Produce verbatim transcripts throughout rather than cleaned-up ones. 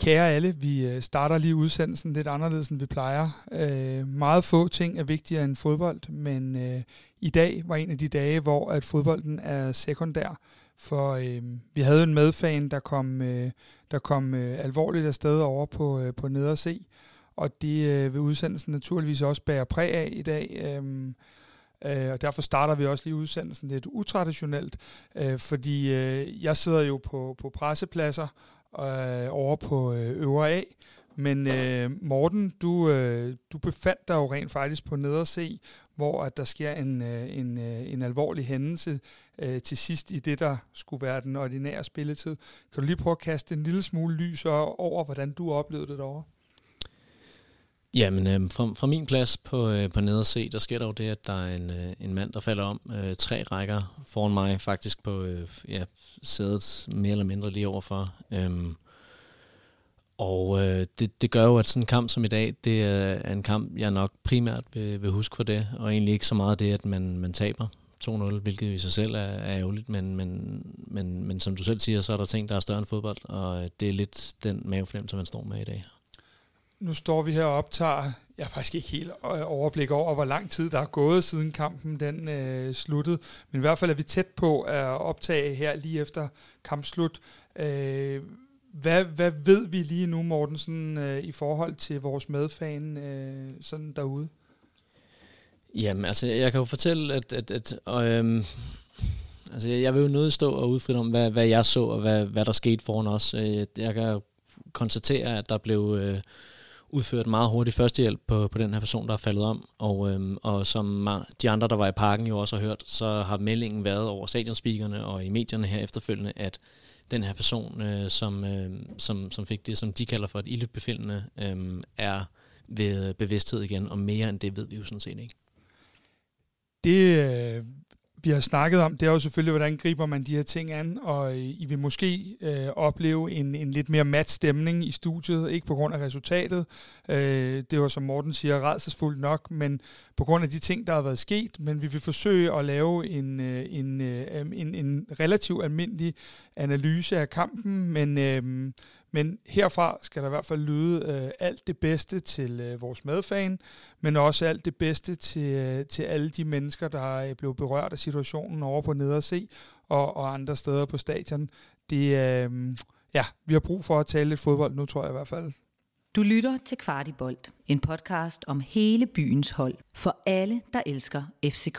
Kære alle, vi starter lige udsendelsen lidt anderledes, end vi plejer. Øh, meget få ting er vigtigere end fodbold, men øh, i dag var en af de dage, hvor at fodbolden er sekundær. For øh, vi havde en medfan, der kom, øh, der kom øh, alvorligt afsted over på, øh, på Nederse, og det øh, vil udsendelsen naturligvis også bære præg af i dag. Øh, øh, og derfor starter vi også lige udsendelsen lidt utraditionelt, øh, fordi øh, jeg sidder jo på, på pressepladser, Øh, over på øh, Øvre A. Men øh, Morten, du, øh, du befandt dig jo rent faktisk på Nederse, hvor at der sker en, øh, en, øh, en alvorlig hændelse øh, til sidst i det, der skulle være den ordinære spilletid. Kan du lige prøve at kaste en lille smule lys over, hvordan du oplevede det derovre? Jamen, øh, fra, fra min plads på, øh, på Nederse, der sker der jo det, at der er en, øh, en mand, der falder om øh, tre rækker foran mig, faktisk på øh, ja, sædet mere eller mindre lige overfor. Øhm, og øh, det, det gør jo, at sådan en kamp som i dag, det er en kamp, jeg nok primært vil, vil huske for det, og egentlig ikke så meget det, at man, man taber to nul, hvilket i sig selv er, er ærgerligt, men, men, men, men som du selv siger, så er der ting, der er større end fodbold, og det er lidt den mavefornemmelse, man står med i dag. Nu står vi her og optager, jeg har faktisk ikke helt overblik over, hvor lang tid der er gået siden kampen den øh, sluttede, men i hvert fald er vi tæt på at optage her lige efter kampslut. Øh, hvad, hvad ved vi lige nu, Morten, sådan, øh, i forhold til vores medfan øh, sådan derude? Jamen, altså, jeg kan jo fortælle, at, at, at og, øhm, altså, jeg vil jo nødt stå og udfritte om, hvad, hvad jeg så, og hvad, hvad der skete foran os. Jeg kan konstatere, at der blev øh, udført meget hurtigt førstehjælp på, på den her person, der er faldet om, og, øhm, og som de andre, der var i parken jo også har hørt, så har meldingen været over stadionspeakerne og i medierne her efterfølgende, at den her person, øh, som, øh, som, som fik det, som de kalder for et iltbefindende, øh, er ved bevidsthed igen, og mere end det ved vi jo sådan set ikke. Det, øh, vi har snakket om, det er jo selvfølgelig, hvordan griber man de her ting an, og I vil måske øh, opleve en, en lidt mere mat stemning i studiet, ikke på grund af resultatet. Øh, det var, som Morten siger, rædselsfuldt nok, men på grund af de ting, der har været sket, men vi vil forsøge at lave en, en, en, en relativt almindelig analyse af kampen, men, øh, men herfra skal der i hvert fald lyde øh, alt det bedste til øh, vores medfan, men også alt det bedste til, til alle de mennesker, der er blevet berørt af situationen over på Nederse og, og andre steder på stadion. Det, øh, ja, vi har brug for at tale lidt fodbold nu, tror jeg i hvert fald. Du lytter til Kvartibolt, en podcast om hele byens hold, for alle, der elsker F C K.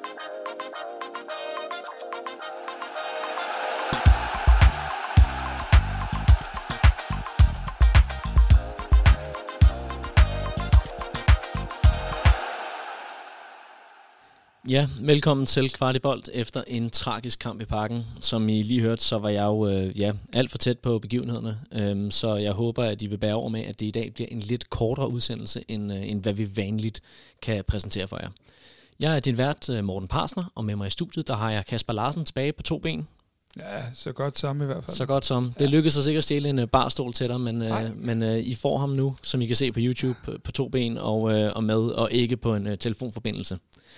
Ja, velkommen til Kvartibolt efter en tragisk kamp i parken. Som I lige hørte, så var jeg jo øh, ja, alt for tæt på begivenhederne, øhm, så jeg håber, at I vil bære over med, at det i dag bliver en lidt kortere udsendelse, end, øh, end hvad vi vanligt kan præsentere for jer. Jeg er din vært, Morten Parsner, og med mig i studiet, der har jeg Kasper Larsen tilbage på to ben. Ja, så godt som i hvert fald. Så godt som. Det lykkedes sig sikkert at stjæle en uh, barstol til dig, men, uh, men uh, I får ham nu, som I kan se på YouTube, på, på to ben og, uh, og med, og ikke på en uh, telefonforbindelse.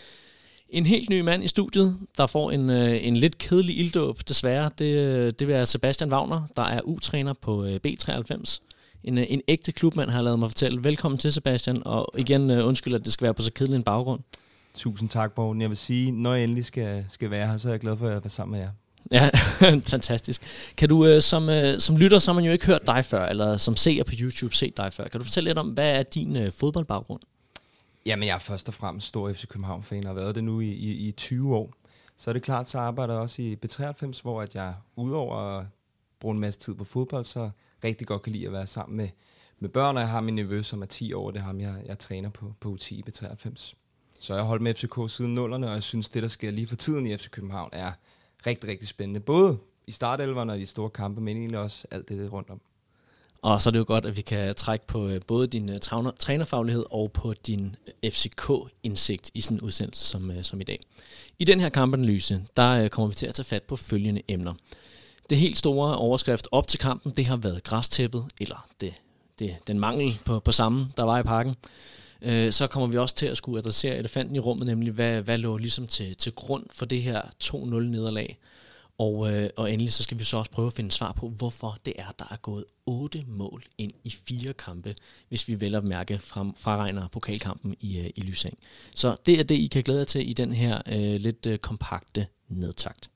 En helt ny mand i studiet, der får en, øh, en lidt kedelig ilddåb, desværre. Det, det er Sebastian Wagner, der er U-træner på øh, B treoghalvfems. En, øh, en ægte klubmand har lavet mig fortælle. Velkommen til, Sebastian, og igen øh, undskyld, at det skal være på så kedelig en baggrund. Tusind tak, Morten. Jeg vil sige, når jeg endelig skal, skal være her, så er jeg glad for at være sammen med jer. Ja, fantastisk. Kan du, øh, som, øh, som lytter, så har man jo ikke hørt dig før, eller som seer på YouTube, set dig før. Kan du fortælle lidt om, hvad er din øh, fodboldbaggrund? Jamen, jeg er først og fremmest stor F C København-fan og har været det nu i, i, i tyve år. Så er det klart, så arbejder jeg også i B treoghalvfems, hvor at jeg udover at bruge en masse tid på fodbold, så rigtig godt kan lide at være sammen med, med børn, og jeg har min nevø, som er ti år, det er ham, jeg, jeg træner på, på U ti i B treoghalvfems. Så jeg har holdt med F C K siden nullerne, og jeg synes, det der sker lige for tiden i F C København er rigtig, rigtig spændende. Både i startelverne og de store kampe, men egentlig også alt det rundt om. Og så er det jo godt, at vi kan trække på både din uh, træner, trænerfaglighed og på din F C K-indsigt i sådan en udsendelse som, uh, som i dag. I den her kampanalyse, der uh, kommer vi til at tage fat på følgende emner. Det helt store overskrift op til kampen, det har været græstæppet, eller det, det, den mangel på, på samme, der var i parken. Uh, så kommer vi også til at skulle adressere elefanten i rummet, nemlig hvad, hvad lå ligesom til, til grund for det her to nul nederlag. Og, øh, og endelig så skal vi så også prøve at finde svar på, hvorfor det er, der er gået otte mål ind i fire kampe, hvis vi vel at mærke fra, fraregner pokalkampen i, øh, i Lyseng. Så det er det, I kan glæde jer til i den her øh, lidt øh, kompakte nedtakt.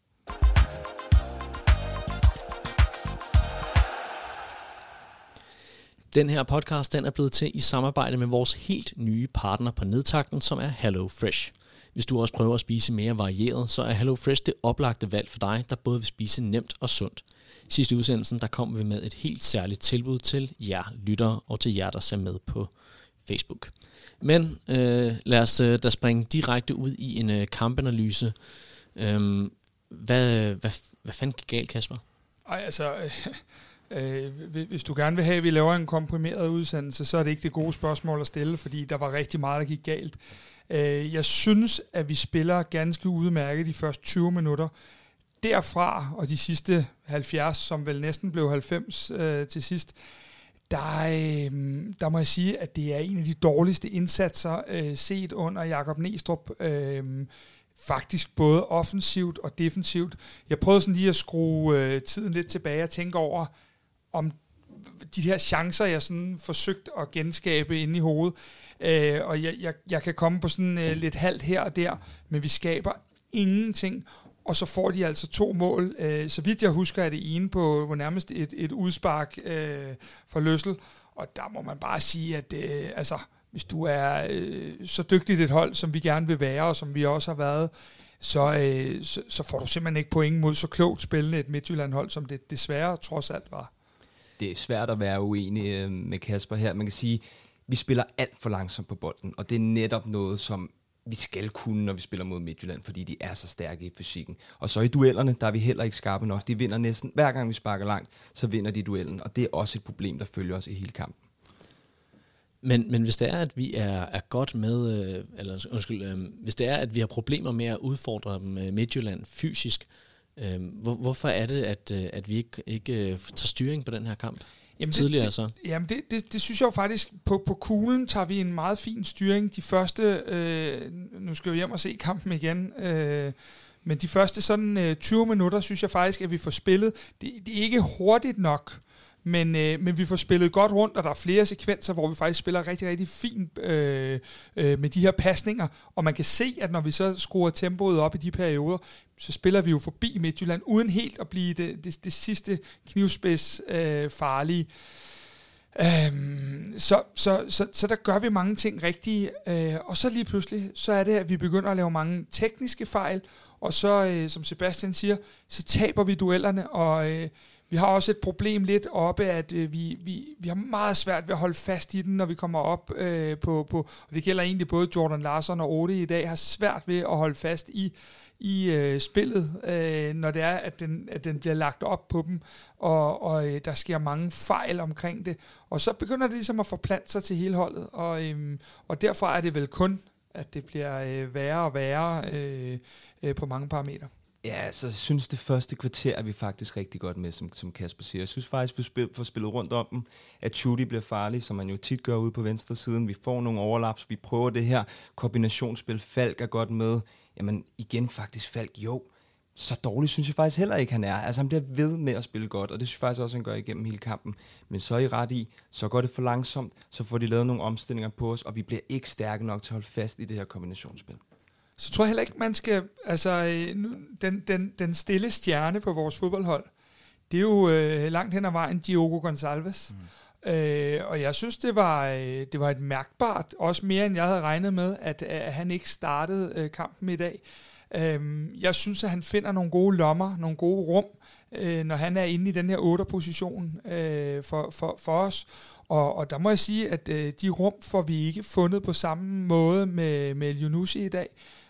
Den her podcast den er blevet til i samarbejde med vores helt nye partner på nedtakten, som er Hello Fresh. Hvis du også prøver at spise mere varieret, så er Hello Fresh det oplagte valg for dig, der både vil spise nemt og sundt. Sidste udsendelsen, der kom vi med et helt særligt tilbud til jer lyttere og til jer, der ser med på Facebook. Men øh, lad os øh, da springe direkte ud i en øh, kampanalyse. Øhm, hvad, hvad, hvad fanden gik galt, Kasper? Ej, altså... Øh, hvis du gerne vil have, at vi laver en komprimeret udsendelse, så er det ikke det gode spørgsmål at stille, fordi der var rigtig meget, der gik galt. Øh, jeg synes, at vi spiller ganske udmærket de første tyve minutter. Derfra, og de sidste halvfjerds, som vel næsten blev halvfems øh, til sidst, der, øh, der må jeg sige, at det er en af de dårligste indsatser øh, set under Jakob Næstrup. Øh, faktisk både offensivt og defensivt. Jeg prøvede sådan lige at skrue øh, tiden lidt tilbage og tænke over, om de her chancer, jeg sådan forsøgt at genskabe inde i hovedet. Øh, og jeg, jeg, jeg kan komme på sådan øh, lidt halvt her og der, men vi skaber ingenting. Og så får de altså to mål. Øh, så vidt jeg husker, er det ene på, på nærmest et, et udspark øh, for Løssel. Og der må man bare sige, at øh, altså, hvis du er øh, så dygtigt et hold, som vi gerne vil være, og som vi også har været, så, øh, så, så får du simpelthen ikke point mod så klogt spillende et Midtjylland-hold, som det desværre trods alt var. Det er svært at være uenig med Kasper her. Man kan sige, at vi spiller alt for langsomt på bolden, og det er netop noget, som vi skal kunne, når vi spiller mod Midtjylland, fordi de er så stærke i fysikken. Og så i duellerne, der er vi heller ikke skarpe nok. De vinder næsten, hver gang vi sparker langt, så vinder de duellen, og det er også et problem, der følger os i hele kampen. Men, men hvis det er, at vi er, er godt med, øh, eller undskyld, øh, hvis det er, at vi har problemer med at udfordre dem med Midtjylland fysisk, øh, hvor, hvorfor er det, at, øh, at vi ikke, ikke øh, tager styring på den her kamp? Jamen tidligere det, så? Jamen det, det, det synes jeg jo faktisk, på, på kuglen tager vi en meget fin styring. De første, øh, nu skal vi hjem og se kampen igen, øh, men de første sådan øh, tyve minutter, synes jeg faktisk, at vi får spillet. Det, det er ikke hurtigt nok, men, øh, men vi får spillet godt rundt, og der er flere sekvenser, hvor vi faktisk spiller rigtig, rigtig fint øh, øh, med de her pasninger, og man kan se, at når vi så skruer tempoet op i de perioder, så spiller vi jo forbi Midtjylland, uden helt at blive det, det, det sidste knivspids øh, farlige. Øhm, så, så, så, så der gør vi mange ting rigtige, øh, og så lige pludselig, så er det, at vi begynder at lave mange tekniske fejl, og så, øh, som Sebastian siger, så taber vi duellerne, og øh, vi har også et problem lidt oppe, at øh, vi, vi, vi har meget svært ved at holde fast i den, når vi kommer op øh, på, på, og det gælder egentlig både Jordan Larsson og Ode i dag, har svært ved at holde fast i i øh, spillet, øh, når det er, at den, at den bliver lagt op på dem, og, og øh, der sker mange fejl omkring det. Og så begynder det ligesom at forplante sig til hele holdet, og, øh, og derfor er det vel kun, at det bliver øh, værre og værre øh, øh, på mange parametre. Ja, så jeg synes, det første kvarter er vi faktisk rigtig godt med, som, som Kasper siger. Jeg synes faktisk, vi spil, får spillet rundt om dem, at Chudy bliver farlig, som man jo tit gør ude på venstre siden. Vi får nogle overlaps, vi prøver det her kombinationsspil. Falk er godt med. Jamen igen faktisk Falk, jo, så dårligt synes jeg faktisk heller ikke, han er. Altså han bliver ved med at spille godt, og det synes jeg faktisk også, han gør igennem hele kampen. Men så er I ret i, så går det for langsomt, så får de lavet nogle omstillinger på os, og vi bliver ikke stærke nok til at holde fast i det her kombinationsspil. Så tror jeg heller ikke, man skal, altså den, den, den stille stjerne på vores fodboldhold, det er jo øh, langt hen ad vejen Diogo Gonçalves. Mm. Øh, og jeg synes, det var, det var et mærkbart, også mere end jeg havde regnet med, at, at han ikke startede øh, kampen i dag. Øh, jeg synes, at han finder nogle gode lommer, nogle gode rum, øh, når han er inde i den her otter-position øh, for, for, for os. Og, og der må jeg sige, at øh, de rum får vi ikke fundet på samme måde med, med Elyounoussi i dag.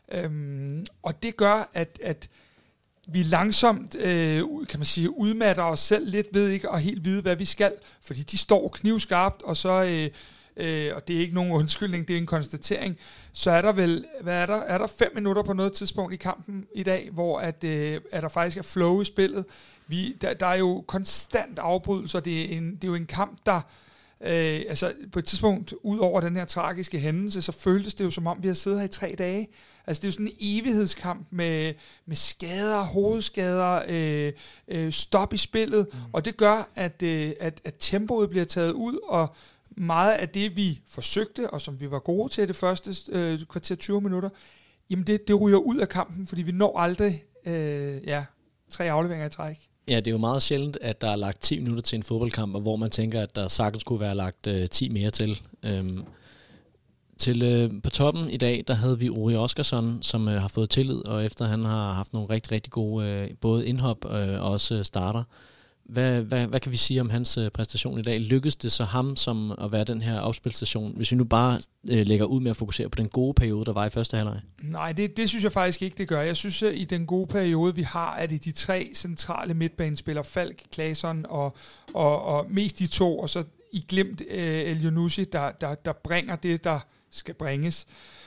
Øh, og det gør, at, at vi langsomt, øh, kan man sige, udmatter os selv lidt ved ikke at helt vide, hvad vi skal, fordi de står knivskarpt, og så, øh, øh, og det er ikke nogen undskyldning, det er en konstatering, så er der vel, hvad er der, er der fem minutter på noget tidspunkt i kampen i dag, hvor at, øh, at der faktisk er flow i spillet. Vi, der, der er jo konstant afbrydelser, det er, en, det er jo en kamp, der, Øh, altså på et tidspunkt, ud over den her tragiske hændelse, så føltes det jo som om, vi har siddet her i tre dage. Altså det er jo sådan en evighedskamp med, med skader, hovedskader, øh, øh, stop i spillet, mm. og det gør, at, øh, at, at tempoet bliver taget ud, og meget af det, vi forsøgte, og som vi var gode til det første øh, kvarter tyve minutter, jamen det, det ryger ud af kampen, fordi vi når aldrig øh, ja, tre afleveringer i træk. Ja, det er jo meget sjældent, at der er lagt ti minutter til en fodboldkamp, og hvor man tænker, at der sagtens kunne være lagt øh, ti mere til. Øhm, til øh, på toppen i dag, der havde vi Ori Oskarsson, som øh, har fået tillid, og efter han har haft nogle rigtig, rigtig gode øh, både indhop øh, og også øh, starter. Hvad, hvad, hvad kan vi sige om hans øh, præstation i dag? Lykkedes det så ham som at være den her afspilstation, hvis vi nu bare øh, lægger ud med at fokusere på den gode periode, der var i første halvleg? Nej, det, det synes jeg faktisk ikke, det gør. Jeg synes, at i den gode periode, vi har, er det de tre centrale midtbanespillere, Falk, Claesson og, og, og mest de to, og så i glimt øh, El Yunusi, der, der, der bringer det, der skal bringes.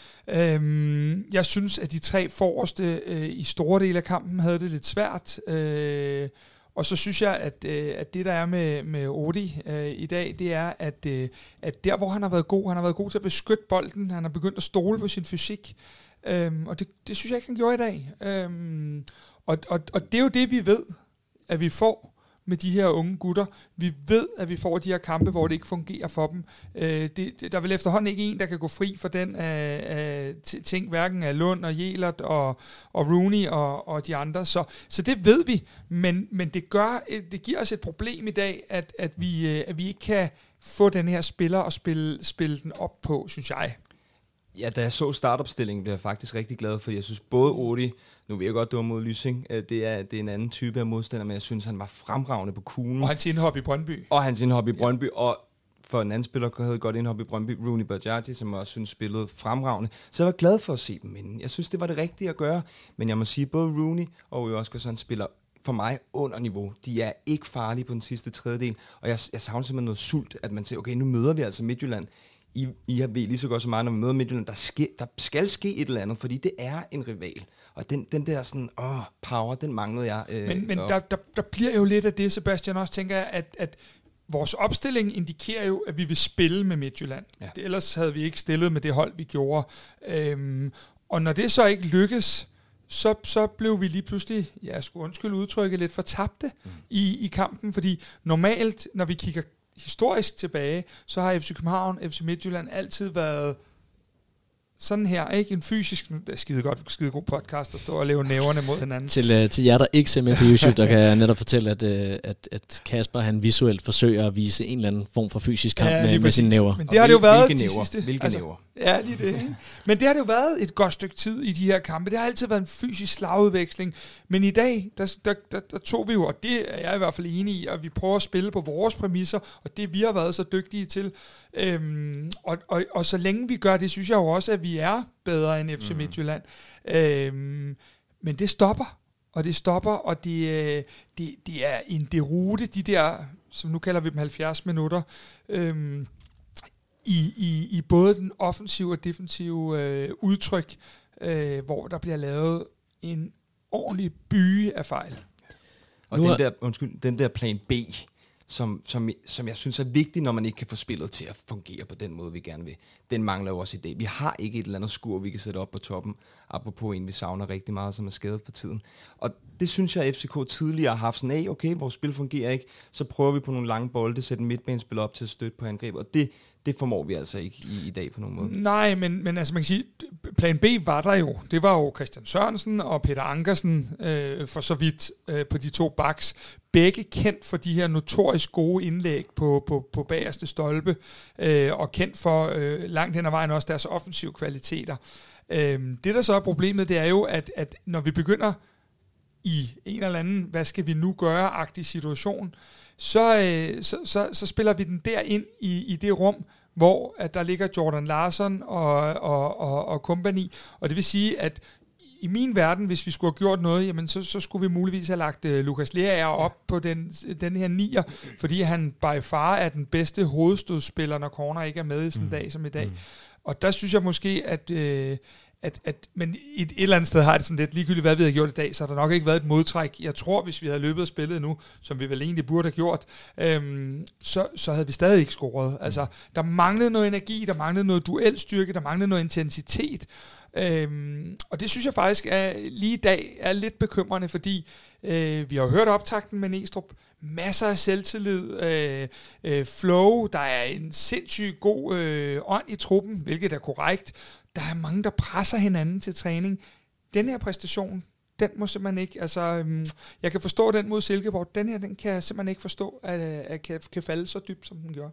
Øhm, jeg synes, at de tre forreste øh, i store dele af kampen havde det lidt svært. Øh, Og så synes jeg, at, øh, at det, der er med, med Odi øh, i dag, det er, at, øh, at der, hvor han har været god, han har været god til at beskytte bolden, han har begyndt at stole på sin fysik, øhm, og det, det synes jeg ikke, han gjorde i dag. Øhm, og, og, og det er jo det, vi ved, at vi får med de her unge gutter. Vi ved, at vi får de her kampe, hvor det ikke fungerer for dem. Øh, det, det, der er vel efterhånden ikke en, der kan gå fri for den af, af ting, hverken af Lund og Jelert og, og Rooney og, og de andre. Så, så det ved vi, men, men det, gør, det giver os et problem i dag, at, at, vi, at vi ikke kan få den her spiller og spille, spille den op på, synes jeg. Ja, da jeg så startopstillingen, blev jeg faktisk rigtig glad, fordi jeg synes både Odi, nu ved jeg godt, det var mod Lysing, det er, det er en anden type af modstander, men jeg synes, han var fremragende på kuglen. Og hans indhop i Brøndby. Og hans indhop i Brøndby, ja. Og for en anden spiller, der havde godt indhop i Brøndby, Rooney Bajati, som jeg også synes spillede fremragende. Så jeg var glad for at se dem, men jeg synes, det var det rigtige at gøre. Men jeg må sige, både Rooney og Oskarsson spiller for mig under niveau. De er ikke farlige på den sidste tredjedel, og jeg, jeg savner simpelthen noget sult, at man siger, okay, nu møder vi altså Midtjylland. I, I har ved lige så godt som mig, når vi møder Midtjylland, der, ske, der skal ske et eller andet, fordi det er en rival. Og den, den der sådan, åh, power, den manglede jeg. Øh, men men der, der, der bliver jo lidt af det, Sebastian, også tænker jeg, at, at vores opstilling indikerer jo, at vi vil spille med Midtjylland. Ja. Det, ellers havde vi ikke stillet med det hold, vi gjorde. Øhm, og når det så ikke lykkes, så, så blev vi lige pludselig, jeg skulle undskylde udtrykket, lidt fortabte mm. i, i kampen, fordi normalt, når vi kigger historisk tilbage, så har F C København, F C Midtjylland altid været sådan her, ikke? En fysisk, det er skide godt, skide god podcast, der står og laver næverne mod hinanden. Til, uh, til jer, der ikke ser med på YouTube, der kan jeg netop fortælle, at, uh, at, at Kasper, han visuelt forsøger at vise en eller anden form for fysisk kamp ja, med, med sine næver. Men det har det jo været de næver? sidste. Hvilke altså, næver? Ja, lige det. Ikke? Men det har det jo været et godt stykke tid i de her kampe. Det har altid været en fysisk slagudveksling. Men i dag, der, der, der, der tog vi jo, og det er jeg i hvert fald enig i, at vi prøver at spille på vores præmisser, og det vi har været så dygtige til. Øhm, og, og, og så længe vi gør det, synes jeg jo også, at vi er bedre end F C Midtjylland. Mm. Øhm, men det stopper, og det stopper, og det, det, det er en derute, de der, som nu kalder vi dem halvfjerds minutter, øhm, i, i, i både den offensive og defensive øh, udtryk, øh, hvor der bliver lavet en ordentlig byge af fejl. Og den der, undskyld, den der plan B, som, som, som jeg synes er vigtig, når man ikke kan få spillet til at fungere på den måde, vi gerne vil. Den mangler jo også i dag. Vi har ikke et eller andet skur, vi kan sætte op på toppen, apropos en, vi savner rigtig meget, som er skadet for tiden. Og det synes jeg, at F C K tidligere har haft sådan af, okay, vores spil fungerer ikke, så prøver vi på nogle lange bolde, sætte en midtbanespil op til at støtte på angreb, og det, det formår vi altså ikke i, i dag på nogen måde. Nej, men, men altså man kan sige, plan B var der jo. Det var jo Christian Sørensen og Peter Ankersen øh, for så vidt øh, på de to backs. Begge kendt for de her notorisk gode indlæg på, på, på bagerste stolpe, øh, og kendt for øh, langt hen ad vejen også deres offensive kvaliteter. Øh, det der så er problemet, det er jo, at, at når vi begynder i en eller anden, hvad skal vi nu gøre-agtig situation, så, øh, så, så, så spiller vi den derind i, i det rum, hvor at der ligger Jordan Larsson og, og, og, og company. Og det vil sige, at i min verden, hvis vi skulle have gjort noget, jamen så, så skulle vi muligvis have lagt uh, Lukas Lerager op på den, den her nier, fordi han by far er den bedste hovedstødspiller, når corner ikke er med i sådan en mm. dag som i dag. Mm. Og der synes jeg måske, at, øh, at, at men et, et eller andet sted har det sådan lidt ligegyldigt, hvad vi har gjort i dag, så har der nok ikke været et modtræk. Jeg tror, hvis vi havde løbet og spillet nu, som vi vel egentlig burde have gjort, øhm, så, så havde vi stadig ikke scoret. Altså, der manglede noget energi, der manglede noget duelstyrke, der manglede noget intensitet. Øhm, og det synes jeg faktisk er, lige i dag er lidt bekymrende, fordi øh, vi har hørt optakten med Næstrup, masser af selvtillid, øh, øh, flow, der er en sindssygt god øh, ånd i truppen, hvilket er korrekt. Der er mange, der presser hinanden til træning. Den her præstation, den må simpelthen ikke, altså, øhm, jeg kan forstå den mod Silkeborg, den her, den kan jeg simpelthen ikke forstå, at, at kan, kan falde så dybt, som den gør.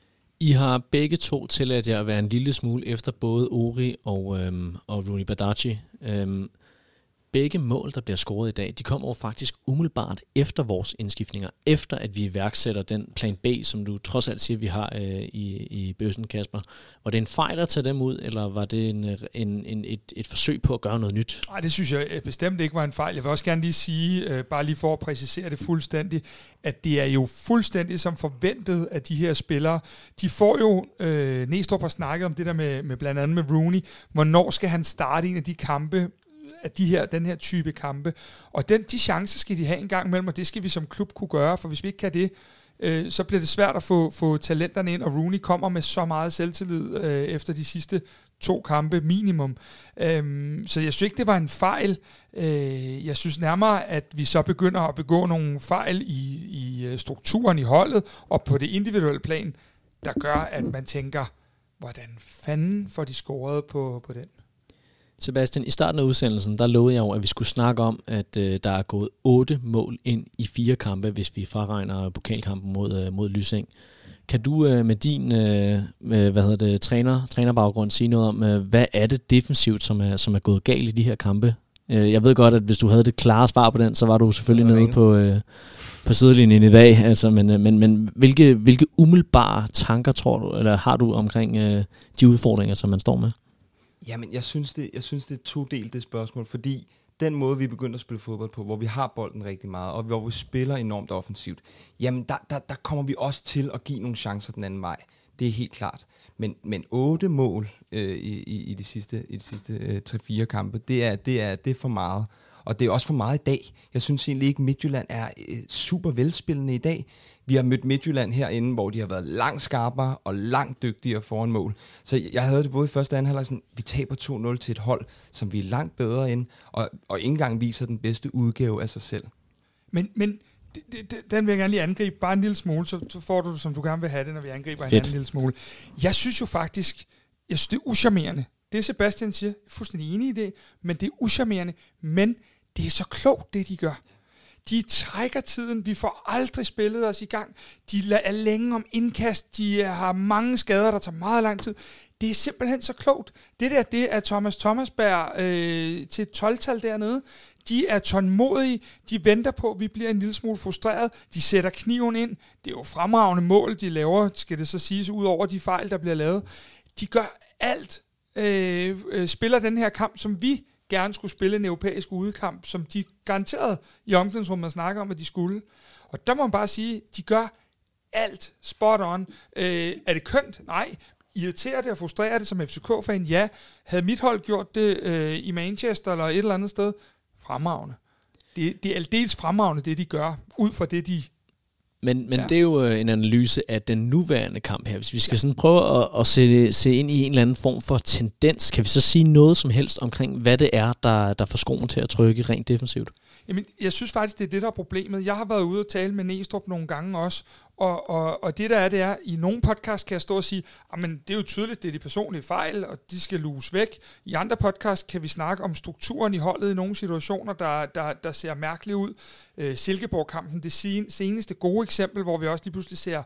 I har begge to tilladt jer at være en lille smule efter både Ori og, øhm, og Rooney Badaci. Øhm, begge mål, der bliver scoret i dag, de kommer jo faktisk umiddelbart efter vores indskiftninger, efter at vi iværksætter den plan B, som du trods alt siger, vi har øh, i, i bøssen, Kasper. Var det en fejl at tage dem ud, eller var det en, en, en, et, et forsøg på at gøre noget nyt? Nej, det synes jeg bestemt ikke var en fejl. Jeg vil også gerne lige sige, øh, bare lige for at præcisere det fuldstændig, at det er jo fuldstændig som forventet, at de her spillere, de får jo, øh, Næstrup har snakket om det der med, med blandt andet med Rooney, hvornår skal han starte en af de kampe, af de her, den her type kampe. Og den, de chancer skal de have en gang imellem, og det skal vi som klub kunne gøre, for hvis vi ikke kan det, øh, så bliver det svært at få, få talenterne ind, og Rooney kommer med så meget selvtillid øh, efter de sidste to kampe minimum. Øhm, så jeg synes ikke, det var en fejl. Øh, jeg synes nærmere, at vi så begynder at begå nogle fejl i, i strukturen i holdet, og på det individuelle plan, der gør, at man tænker, hvordan fanden får de scoret på, på den? Sebastian, i starten af udsendelsen, der lovede jeg jo, at vi skulle snakke om, at øh, der er gået otte mål ind i fire kampe, hvis vi fraregner pokalkampen mod, øh, mod Lysing. Kan du øh, med din øh, hvad hedder det, træner, trænerbaggrund sige noget om, øh, hvad er det defensivt, som er, som er gået galt i de her kampe? Øh, jeg ved godt, at hvis du havde det klare svar på den, så var du selvfølgelig nede på, øh, på sidelinjen i dag. Altså, men øh, men, men hvilke, hvilke umiddelbare tanker tror du, eller har du omkring øh, de udfordringer, som man står med? Jamen, jeg synes, det, jeg synes, det er to delt det spørgsmål, fordi den måde, vi begynder at spille fodbold på, hvor vi har bolden rigtig meget, og hvor vi spiller enormt offensivt, jamen, der, der, der kommer vi også til at give nogle chancer den anden vej. Det er helt klart. Men, men otte mål øh, i, i de sidste, i de sidste øh, tre fire kampe, det er, det, er, det er for meget. Og det er også for meget i dag. Jeg synes egentlig ikke, Midtjylland er øh, super velspillende i dag. Vi har mødt Midtjylland herinde, hvor de har været langt skarpere og langt dygtigere foran mål. Så jeg havde det både i første og anden halvleg sådan, vi taber to nul til et hold, som vi er langt bedre end, og, og ikke engang viser den bedste udgave af sig selv. Men, men det, det, den vil jeg gerne lige angribe bare en lille smule, så, så får du det, som du gerne vil have det, når vi angriber Fedt. hinanden en lille smule. Jeg synes jo faktisk, jeg synes det er uscharmerende. Det Sebastian siger, jeg er fuldstændig enig i det, men det er uscharmerende, men det er så klogt, det de gør. De trækker tiden, vi får aldrig spillet os i gang. De er længe om indkast, de har mange skader, der tager meget lang tid. Det er simpelthen så klogt. Det der, det er Thomas Thomasberg øh, til et tolv-tal dernede. De er tålmodige, de venter på, at vi bliver en lille smule frustreret. De sætter kniven ind. Det er jo fremragende mål, de laver, skal det så siges, ud over de fejl, der bliver lavet. De gør alt, øh, øh, spiller den her kamp, som vi gerne skulle spille en europæisk udekamp, som de garanteret i omklædningsrummet snakker om, at de skulle. Og der må man bare sige, de gør alt spot on. Øh, er det kønt? Nej. Irriterer det og frustrerer det som F C K-fan? Ja. Havde mit hold gjort det øh, i Manchester eller et eller andet sted? Fremragende. Det, det er aldeles fremragende, det de gør, ud fra det, de... Men, men Ja. det er jo en analyse af den nuværende kamp her. Hvis vi skal sådan prøve at, at se, se ind i en eller anden form for tendens, kan vi så sige noget som helst omkring, hvad det er, der, der får skoen til at trykke rent defensivt? Jamen, jeg synes faktisk, det er det, der er problemet. Jeg har været ude og tale med Næstrup nogle gange også, og, og, og det der er, det er, i nogle podcast kan jeg stå og sige, men det er jo tydeligt, det er de personlige fejl, og de skal luges væk. I andre podcast kan vi snakke om strukturen i holdet i nogle situationer, der, der, der ser mærkeligt ud. Øh, Silkeborg-kampen, det seneste gode eksempel, hvor vi også lige pludselig ser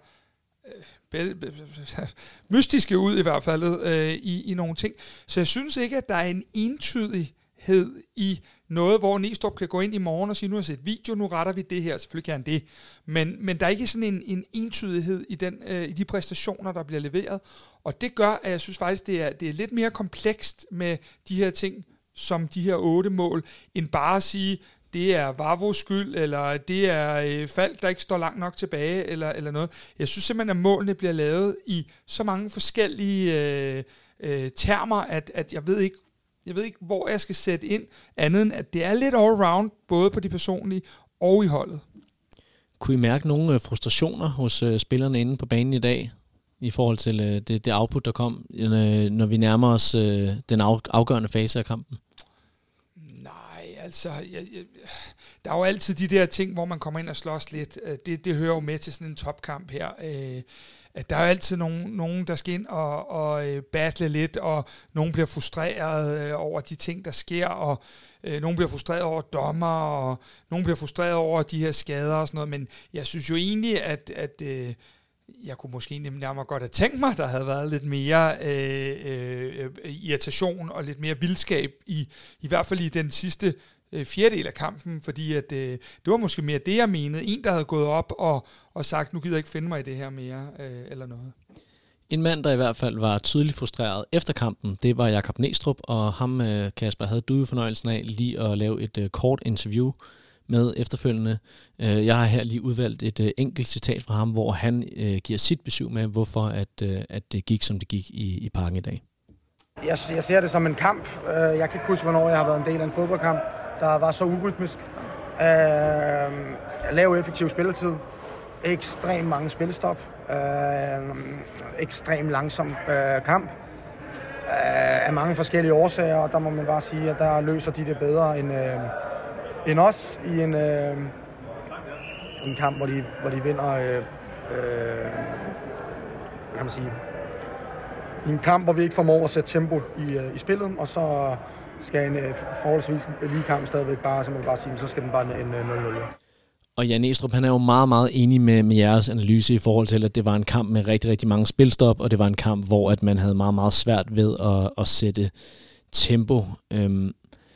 øh, mystiske ud i hvert fald øh, i, i nogle ting. Så jeg synes ikke, at der er en entydighed i noget, hvor Næstrup kan gå ind i morgen og sige, nu har jeg set video, nu retter vi det her. Selvfølgelig kan han det. Men, men der er ikke sådan en, en entydighed i, den, øh, i de præstationer, der bliver leveret. Og det gør, at jeg synes faktisk, det er, det er lidt mere komplekst med de her ting, som de her otte mål, end bare at sige, det er Vavros skyld, eller det er øh, Falk, der ikke står langt nok tilbage, eller, eller noget. Jeg synes simpelthen, at målene bliver lavet i så mange forskellige øh, øh, termer, at, at jeg ved ikke, jeg ved ikke, hvor jeg skal sætte ind, andet end at det er lidt all-round, både på de personlige og i holdet. Kunne I mærke nogle frustrationer hos uh, spillerne inde på banen i dag, i forhold til uh, det, det output, der kom, uh, når vi nærmer os uh, den af, afgørende fase af kampen? Nej, altså, jeg, jeg, der er jo altid de der ting, hvor man kommer ind og slås lidt. Det, det hører jo med til sådan en topkamp her. At der er jo altid nogen, nogen der skal ind og, og battle lidt, og nogen bliver frustreret over de ting, der sker, og øh, nogen bliver frustreret over dommer, og nogen bliver frustreret over de her skader og sådan noget. Men jeg synes jo egentlig, at, at øh, jeg kunne måske nærmere godt have tænkt mig, at der havde været lidt mere øh, øh, irritation og lidt mere vildskab, i, i hvert fald i den sidste øh, fjerdedel af kampen, fordi at, øh, det var måske mere det, jeg menede. En, der havde gået op og, og sagt, nu gider jeg ikke finde mig i det her mere, øh, eller noget. En mand, der i hvert fald var tydeligt frustreret efter kampen, det var Jakob Næstrup, og ham, Kasper, havde du jo fornøjelsen af lige at lave et kort interview med efterfølgende. Jeg har her lige udvalgt et enkelt citat fra ham, hvor han giver sit besøg med, hvorfor at, at det gik, som det gik i, i parken i dag. Jeg, jeg ser det som en kamp. Jeg kan ikke huske, hvornår jeg har været en del af en fodboldkamp, der var så urytmisk. Lav effektiv spilletid. Ekstremt mange spilstop. Øh, ekstremt langsom øh, kamp øh, af mange forskellige årsager, og der må man bare sige, at der løser de det bedre end, øh, end os i en, øh, en kamp, hvor de, hvor de vinder øh, øh, hvad kan man sige, i en kamp, hvor vi ikke formår at sætte tempo i, øh, i spillet, og så skal en øh, forholdsvis lige kamp stadigvæk bare, som man bare sige, så skal den bare en nul nul. Og Jan Næstrup, han er jo meget, meget enig med, med jeres analyse i forhold til, at det var en kamp med rigtig, rigtig mange spilstop, og det var en kamp, hvor at man havde meget, meget svært ved at, at sætte tempo. Øhm,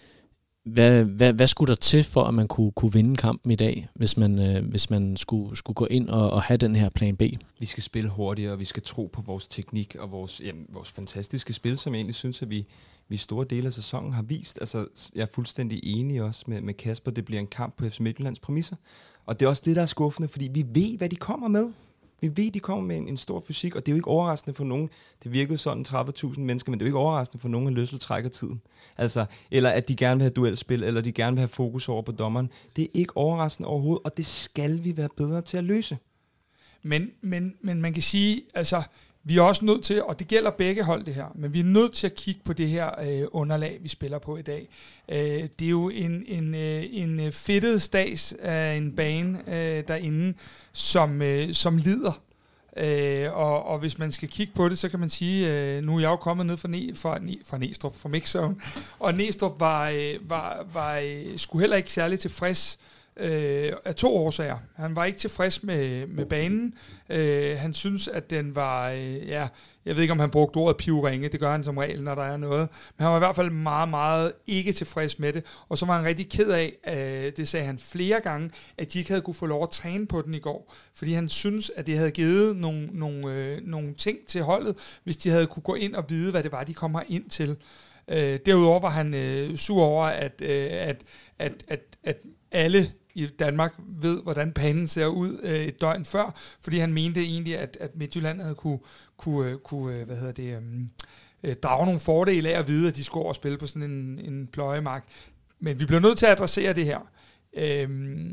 hvad, hvad, hvad skulle der til for, at man kunne, kunne vinde kampen i dag, hvis man, øh, hvis man skulle, skulle gå ind og, og have den her plan B? Vi skal spille hurtigere, og vi skal tro på vores teknik og vores, jamen, vores fantastiske spil, som jeg egentlig synes, at vi, vi store dele af sæsonen har vist. Altså, jeg er fuldstændig enig også med, med Kasper. Det bliver en kamp på F C Midtjyllands præmisser. Og det er også det, der er skuffende, fordi vi ved, hvad de kommer med. Vi ved, de kommer med en, en stor fysik, og det er jo ikke overraskende for nogen. Det virkede sådan tredive tusind mennesker, men det er jo ikke overraskende for nogen, at Løssel trækker tiden. Altså, eller at de gerne vil have duelspil, eller de gerne vil have fokus over på dommeren. Det er ikke overraskende overhovedet, og det skal vi være bedre til at løse. Men, men, men man kan sige, altså, vi er også nødt til, og det gælder begge hold det her, men vi er nødt til at kigge på det her øh, underlag, vi spiller på i dag. Øh, det er jo en, en, øh, en fedtet stads af en bane øh, derinde, som, øh, som lider. Øh, og, og hvis man skal kigge på det, så kan man sige, øh, nu er jeg jo kommet ned fra, ne, fra, ne, fra Næstrup, fra Mixzone, og Næstrup var, øh, var, var, øh, skulle heller ikke særlig tilfreds Øh, af to årsager. Han var ikke tilfreds med, med banen. Øh, han synes, at den var, øh, ja, jeg ved ikke, om han brugte ordet pivringe, det gør han som regel, når der er noget, men han var i hvert fald meget, meget ikke tilfreds med det, og så var han rigtig ked af, øh, det sagde han flere gange, at de ikke havde kunne få lov at træne på den i går, fordi han synes, at det havde givet nogle, nogle, øh, nogle ting til holdet, hvis de havde kunne gå ind og vide, hvad det var, de kom her ind til. Øh, derudover var han øh, sur over, at, øh, at, at, at, at alle i Danmark ved, hvordan banen ser ud øh, et døgn før, fordi han mente egentlig, at, at Midtjylland havde kunne, kunne, kunne hvad hedder det, øh, drage nogle fordele af at vide, at de skulle over og spille på sådan en, en pløjemark. Men vi bliver nødt til at adressere det her, øh,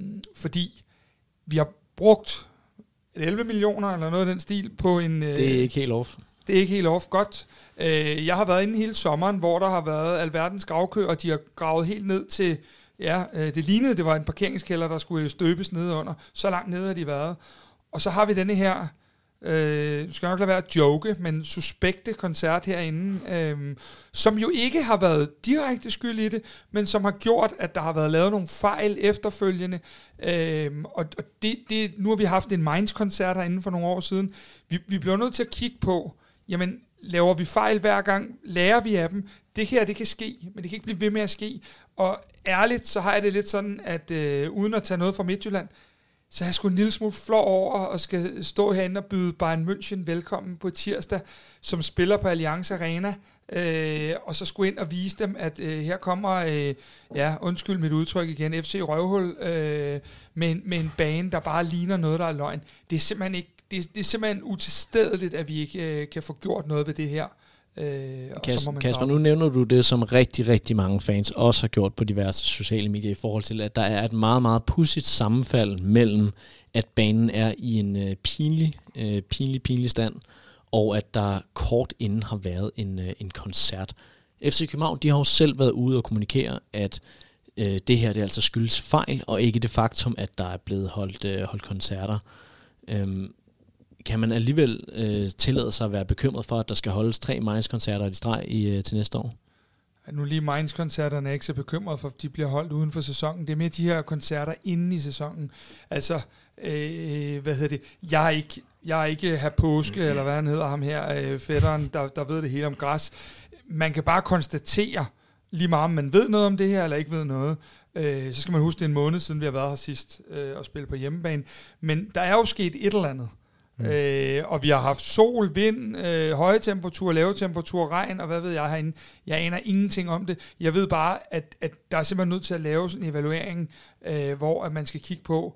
fordi vi har brugt elleve millioner eller noget af den stil på en... Øh, det er ikke helt off. Det er ikke helt off. Godt. Øh, jeg har været inde hele sommeren, hvor der har været alverdens gravkø, og de har gravet helt ned til... Ja, øh, det lignede, det var en parkeringskælder, der skulle støbes ned under. Så langt nede har de været. Og så har vi denne her, øh, du skal nok lade være at joke, men suspekte koncert herinde, øh, som jo ikke har været direkte skyld i det, men som har gjort, at der har været lavet nogle fejl efterfølgende. Øh, og og det, det, nu har vi haft en Mainz-koncert herinde for nogle år siden. Vi, vi bliver nødt til at kigge på, jamen, laver vi fejl hver gang? Lærer vi af dem? Det her, det kan ske, men det kan ikke blive ved med at ske. Og ærligt, så har jeg det lidt sådan, at øh, uden at tage noget fra Midtjylland, så har jeg sgu en lille smule flår over og skal stå herinde og byde Bayern München velkommen på tirsdag, som spiller på Allianz Arena, øh, og så skulle ind og vise dem, at øh, her kommer, øh, ja, undskyld mit udtryk igen, F C Røvhul, øh, med, en, med en bane, der bare ligner noget, der er løgn. Det er simpelthen ikke, det, det er simpelthen utilstedeligt, at vi ikke øh, kan få gjort noget ved det her. Øh, og Kas- så må man Kasper, drage. nu nævner du det, som rigtig, rigtig mange fans også har gjort på diverse sociale medier, i forhold til, at der er et meget, meget pudsigt sammenfald mellem, at banen er i en øh, pinlig, øh, pinlig, pinlig stand, og at der kort inden har været en, øh, en koncert. F C København, de har jo selv været ude og kommunikere, at øh, det her det altså skyldes fejl, og ikke det faktum, at der er blevet holdt, øh, holdt koncerter. Øhm, kan man alligevel øh, tillade sig at være bekymret for, at der skal holdes tre Mainz-koncerter i streg i, øh, til næste år? Nu lige Mainz-koncerterne er ikke så bekymret for, at de bliver holdt uden for sæsonen. Det er mere de her koncerter inden i sæsonen. Altså, øh, hvad hedder det? Jeg er ikke, jeg er ikke her påske, mm. eller hvad han hedder ham her, øh, fætteren, der, der ved det hele om græs. Man kan bare konstatere, lige meget om man ved noget om det her, eller ikke ved noget, øh, så skal man huske, det er en måned siden, vi har været her sidst øh, og spille på hjemmebane. Men der er jo sket et eller andet. Mm. Øh, og vi har haft sol, vind, øh, høje temperaturer, lave temperaturer, regn, og hvad ved jeg herinde. Jeg aner ingenting om det. Jeg ved bare, at, at der er simpelthen nødt til at lave sådan en evaluering, øh, hvor at man skal kigge på,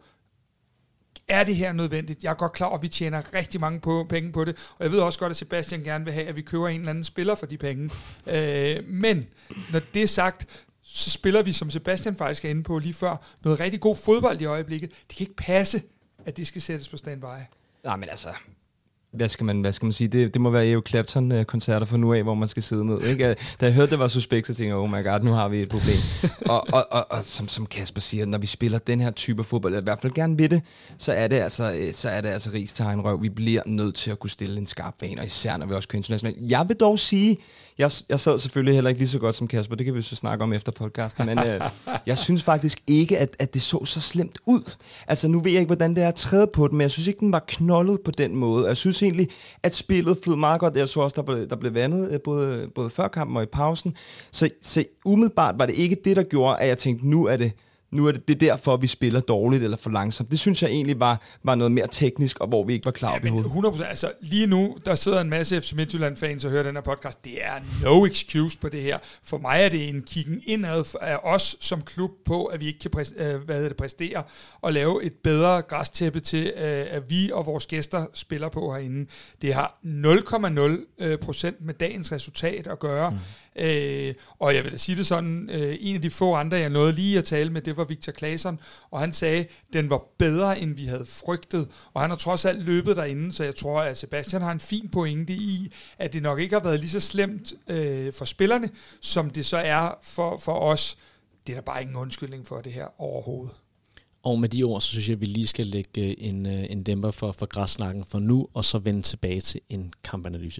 er det her nødvendigt? Jeg er godt klar over, at vi tjener rigtig mange på, penge på det, og jeg ved også godt, at Sebastian gerne vil have, at vi køber en eller anden spiller for de penge. Øh, men når det er sagt, så spiller vi, som Sebastian faktisk er inde på lige før, noget rigtig god fodbold i øjeblikket. Det kan ikke passe, at det skal sættes på standby. Nej, men altså, hvad skal man, hvad skal man sige? Det, det må være Eric Clapton-koncerter fra nu af, hvor man skal sidde ned. Ikke? Da jeg hørte, det var suspekt, så tænkte jeg, oh my god, nu har vi et problem. og og, og, og som, som Kasper siger, når vi spiller den her type fodbold, eller i hvert fald gerne ved det, så er det altså, så er det altså rigs til egen røv. Vi bliver nødt til at kunne stille en skarp bane, og især når vi også kører internationalt. Jeg vil dog sige, jeg, jeg sad selvfølgelig heller ikke lige så godt som Kasper, det kan vi så snakke om efter podcasten, men øh, jeg synes faktisk ikke, at, at det så så slemt ud. Altså, nu ved jeg ikke, hvordan det er at træde på den, men jeg synes ikke, den var knoldet på den måde. Jeg synes egentlig, at spillet flød meget godt. Jeg så også, der blev, der blev vandet både, både før kampen og i pausen. Så, så umiddelbart var det ikke det, der gjorde, at jeg tænkte, nu er det Nu er det, det er derfor, vi spiller dårligt eller for langsomt. Det synes jeg egentlig var, var noget mere teknisk, og hvor vi ikke var klar ja, på men hundrede procent. Altså, lige nu, der sidder en masse F C Midtjylland-fans og hører den her podcast. Det er no excuse på det her. For mig er det en kiggen indad af os som klub på, at vi ikke kan præs- øh, hvad hedder det, præstere og lave et bedre græstæppe til, øh, at vi og vores gæster spiller på herinde. Det har nul komma nul procent med dagens resultat at gøre. Mm. Øh, og jeg vil da sige det sådan, øh, en af de få andre, jeg nåede lige at tale med, det var Victor Claesson, og han sagde, at den var bedre, end vi havde frygtet, og han har trods alt løbet derinde, så jeg tror, at Sebastian har en fin pointe i, at det nok ikke har været lige så slemt øh, for spillerne, som det så er for, for os. Det er der bare ingen undskyldning for det her overhovedet. Og med de ord, så synes jeg, at vi lige skal lægge en, en dæmper for, for græssnakken for nu, og så vende tilbage til en kampanalyse.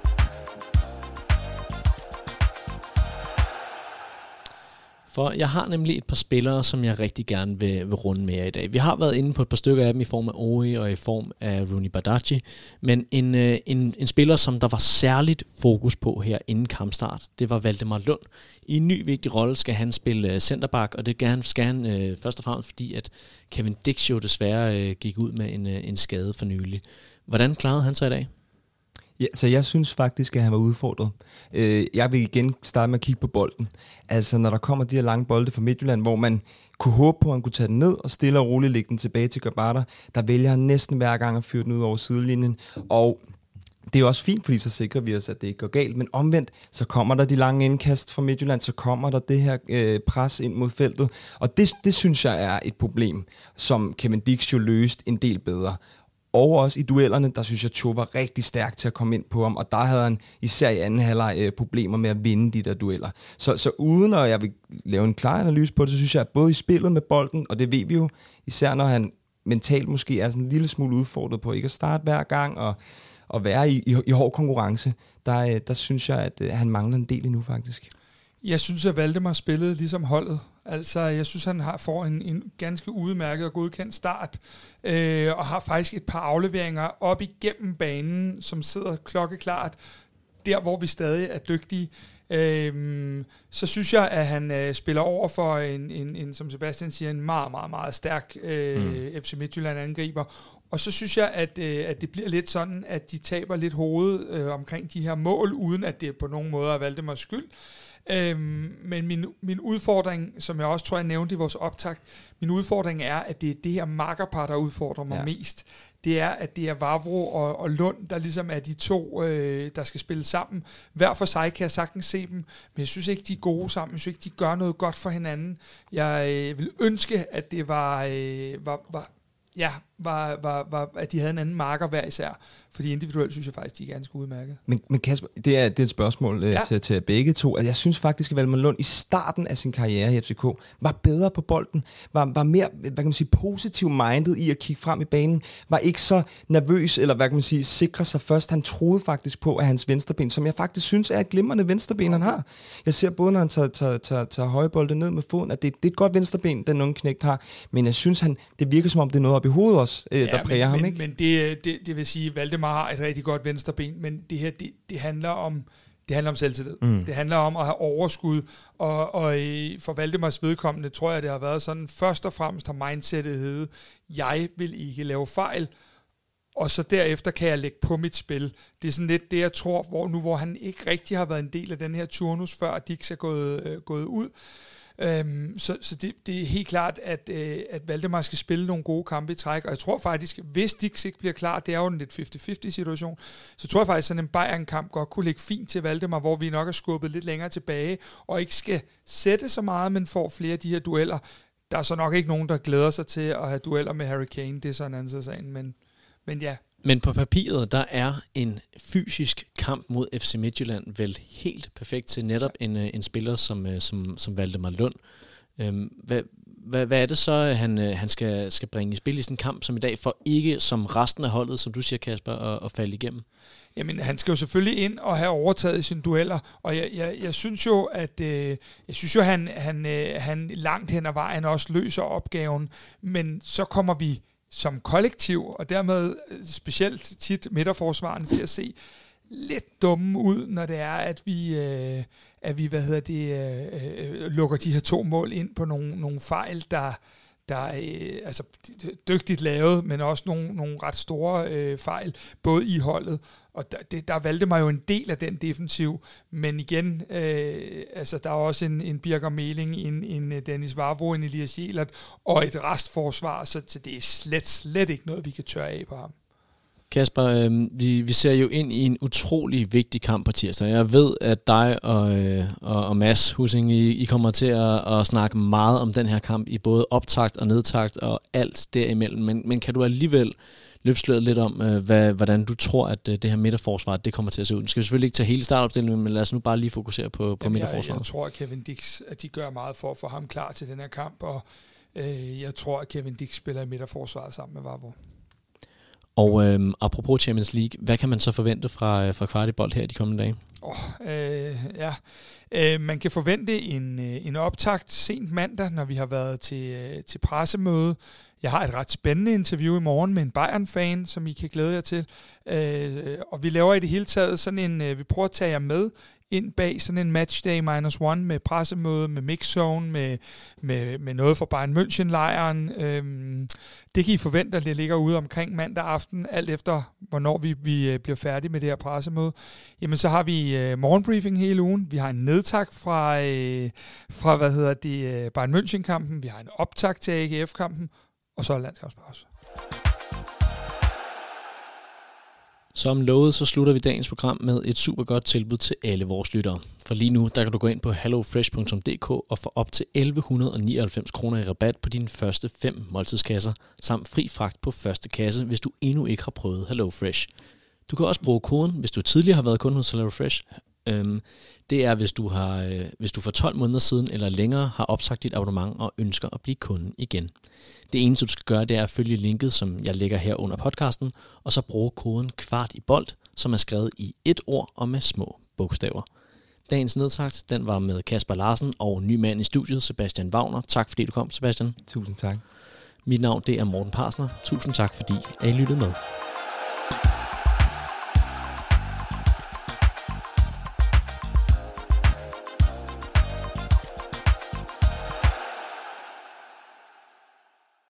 For jeg har nemlig et par spillere, som jeg rigtig gerne vil, vil runde med jer i dag. Vi har været inde på et par stykker af dem i form af Ori og i form af Rooney Badaji. Men en, en, en spiller, som der var særligt fokus på her inden kampstart, det var Valdemar Lund. I en ny vigtig rolle skal han spille centerback, og det skal han, skal han øh, først og fremmest, fordi at Kevin Dix jo desværre øh, gik ud med en, øh, en skade for nylig. Hvordan klarede han sig i dag? Ja, så jeg synes faktisk, at han var udfordret. Øh, jeg vil igen starte med at kigge på bolden. Altså, når der kommer de her lange bolde fra Midtjylland, hvor man kunne håbe på, at han kunne tage den ned og stille og roligt lægge den tilbage til Gabata, der vælger han næsten hver gang at fyre den ud over sidelinjen. Og det er også fint, fordi så sikrer vi os, at det ikke går galt. Men omvendt, så kommer der de lange indkast fra Midtjylland, så kommer der det her øh, pres ind mod feltet. Og det, det synes jeg er et problem, som Kevin Dix jo løste en del bedre. Og også i duellerne, der synes jeg, Cho var rigtig stærk til at komme ind på ham, og der havde han især i anden halvleg øh, problemer med at vinde de der dueller. Så, så uden at jeg vil lave en klar analyse på det, så synes jeg, at både i spillet med bolden, og det ved vi jo, især når han mentalt måske er sådan en lille smule udfordret på ikke at starte hver gang, og, og være i, i, i hård konkurrence, der, der synes jeg, at øh, han mangler en del endnu faktisk. Jeg synes, at Valdemar spillede ligesom holdet. Altså, jeg synes, han har får en, en ganske udmærket og godkendt start, øh, og har faktisk et par afleveringer op igennem banen, som sidder klokkeklart, der hvor vi stadig er dygtige. Øh, så synes jeg, at han øh, spiller over for en, en, en, som Sebastian siger, en meget, meget, meget stærk øh, mm. F C Midtjylland angriber. Og så synes jeg, at, øh, at det bliver lidt sådan, at de taber lidt hovedet øh, omkring de her mål, uden at det på nogen måde er Valdemars skyld. Øhm, men min, min udfordring, som jeg også tror, jeg nævnte i vores optakt, min udfordring er, at det er det her makkerpar, der udfordrer mig ja. mest. Det er, at det er Vavro og, og Lund, der ligesom er de to, øh, der skal spille sammen. Hver for sig kan jeg sagtens se dem, men jeg synes ikke, de er gode sammen. Jeg synes ikke, de gør noget godt for hinanden. Jeg øh, vil ønske, at det var... Øh, var, var Ja, var, var, var, at de havde en anden marker hver især. Fordi individuelt synes jeg faktisk, de er ganske udmærket. Men, men Kasper, det er, det er et spørgsmål ja. til, til begge to. Jeg synes faktisk, at Valdemar Lund i starten af sin karriere i F C K var bedre på bolden. Var, var mere, hvad kan man sige, positiv-minded i at kigge frem i banen. Var ikke så nervøs, eller hvad kan man sige, sikre sig først. Han troede faktisk på, at hans venstreben, som jeg faktisk synes er et glimrende venstreben, han har. Jeg ser både, når han tager, tager, tager, tager højbolden ned med foden, at det, det er et godt venstreben, den unge knægt har. Men jeg synes, han, det virker som om, det er noget op i hovedet også, øh, ja, der præger men, ham. Men, ikke? men det, det, det vil sige, at Valdemar har et rigtig godt venstreben, men det her, det, det handler om det handler om selvtillid. Mm. Det handler om at have overskud, og, og for Valdemars vedkommende tror jeg, det har været sådan, først og fremmest har mindsetet heddet, jeg vil ikke lave fejl, og så derefter kan jeg lægge på mit spil. Det er sådan lidt det, jeg tror, hvor nu hvor han ikke rigtig har været en del af den her turnus, før Dix er gået, øh, gået ud. Øhm, så så det, det er helt klart, at, øh, at Valdemar skal spille nogle gode kampe i træk, og jeg tror faktisk, hvis Dix ikke bliver klar, det er jo en lidt halvtreds halvtreds situation, så tror jeg faktisk, at sådan en Bayern-kamp godt kunne ligge fint til Valdemar, hvor vi nok er skubbet lidt længere tilbage, og ikke skal sætte så meget, men får flere af de her dueller. Der er så nok ikke nogen, der glæder sig til at have dueller med Harry Kane, det er sådan en anden sag, men, men ja. Men på papiret, der er en fysisk kamp mod F C Midtjylland vel helt perfekt til netop en, en spiller som, som, som Valdemar Lund. Øhm, hvad, hvad, hvad er det så, han, han skal, skal bringe i spil i sådan en kamp som i dag, for ikke som resten af holdet, som du siger, Kasper, at, at falde igennem? Jamen, han skal jo selvfølgelig ind og have overtaget sine dueller, og jeg, jeg, jeg synes jo, at øh, jeg synes jo, han, han, øh, han langt hen ad vejen også løser opgaven, men så kommer vi som kollektiv, og dermed specielt tit midterforsvarende til at se lidt dumme ud, når det er, at vi, øh, at vi hvad hedder det, øh, lukker de her to mål ind på nogle, nogle fejl, der, der er øh, altså, dygtigt lavet, men også nogle, nogle ret store øh, fejl, både i holdet, og der, det, der valgte mig jo en del af den defensiv, men igen, øh, altså der er også en, en Birger Meling, en, en Dennis Vavro, en Elias Jelert, og et restforsvar, så, så det er slet, slet ikke noget, vi kan tørre af på ham. Kasper, øh, vi, vi ser jo ind i en utrolig vigtig kamp på tirsdag. Jeg ved, at dig og, øh, og, og Mads Hussing, I, I kommer til at, at snakke meget om den her kamp i både optakt og nedtakt og alt derimellem, men, men kan du alligevel løftsløret lidt om, øh, hvad, hvordan du tror, at øh, det her midterforsvar, det kommer til at se ud. Nu skal vi selvfølgelig ikke tage hele startopstillingen, men lad os nu bare lige fokusere på, på midterforsvaret. Jeg, jeg tror, at Kevin Dix, at de gør meget for at få ham klar til den her kamp, og øh, jeg tror, at Kevin Dix spiller i midterforsvaret sammen med Vavro. Og øh, apropos Champions League, hvad kan man så forvente fra, fra Kvartibold her de kommende dage? Oh, øh, ja. øh, man kan forvente en, en optakt sent mandag, når vi har været til, til pressemøde. Jeg har et ret spændende interview i morgen med en Bayern-fan, som I kan glæde jer til. Øh, og vi laver i det hele taget sådan en, øh, vi prøver at tage jer med ind bag sådan en matchday minus one med pressemøde, med mixzone, med, med, med noget fra Bayern München-lejren. Øhm, det kan I forvente, at det ligger ude omkring mandag aften, alt efter hvornår vi, vi bliver færdige med det her pressemøde. Jamen så har vi øh, morgenbriefing hele ugen. Vi har en nedtak fra, øh, fra hvad hedder det, øh, Bayern München-kampen. Vi har en optakt til A G F-kampen, og så er landskampspause. Som lovet, så slutter vi dagens program med et super godt tilbud til alle vores lyttere. For lige nu, der kan du gå ind på hellofresh punktum d k og få op til elleve nioghalvfems kroner i rabat på dine første fem måltidskasser, samt fri fragt på første kasse, hvis du endnu ikke har prøvet HelloFresh. Du kan også bruge koden, hvis du tidligere har været kunde hos HelloFresh. Øhm, det er, hvis du, har, øh, hvis du for tolv måneder siden eller længere har opsagt dit abonnement og ønsker at blive kunde igen. Det eneste, du skal gøre, det er at følge linket, som jeg lægger her under podcasten, og så bruge koden kvart i bold, som er skrevet i et ord og med små bogstaver. Dagens nedtakt, den var med Kasper Larsen og ny mand i studiet, Sebastian Wagner. Tak fordi du kom, Sebastian. Tusind tak. Mit navn, det er Morten Parsner. Tusind tak, fordi I lyttede med.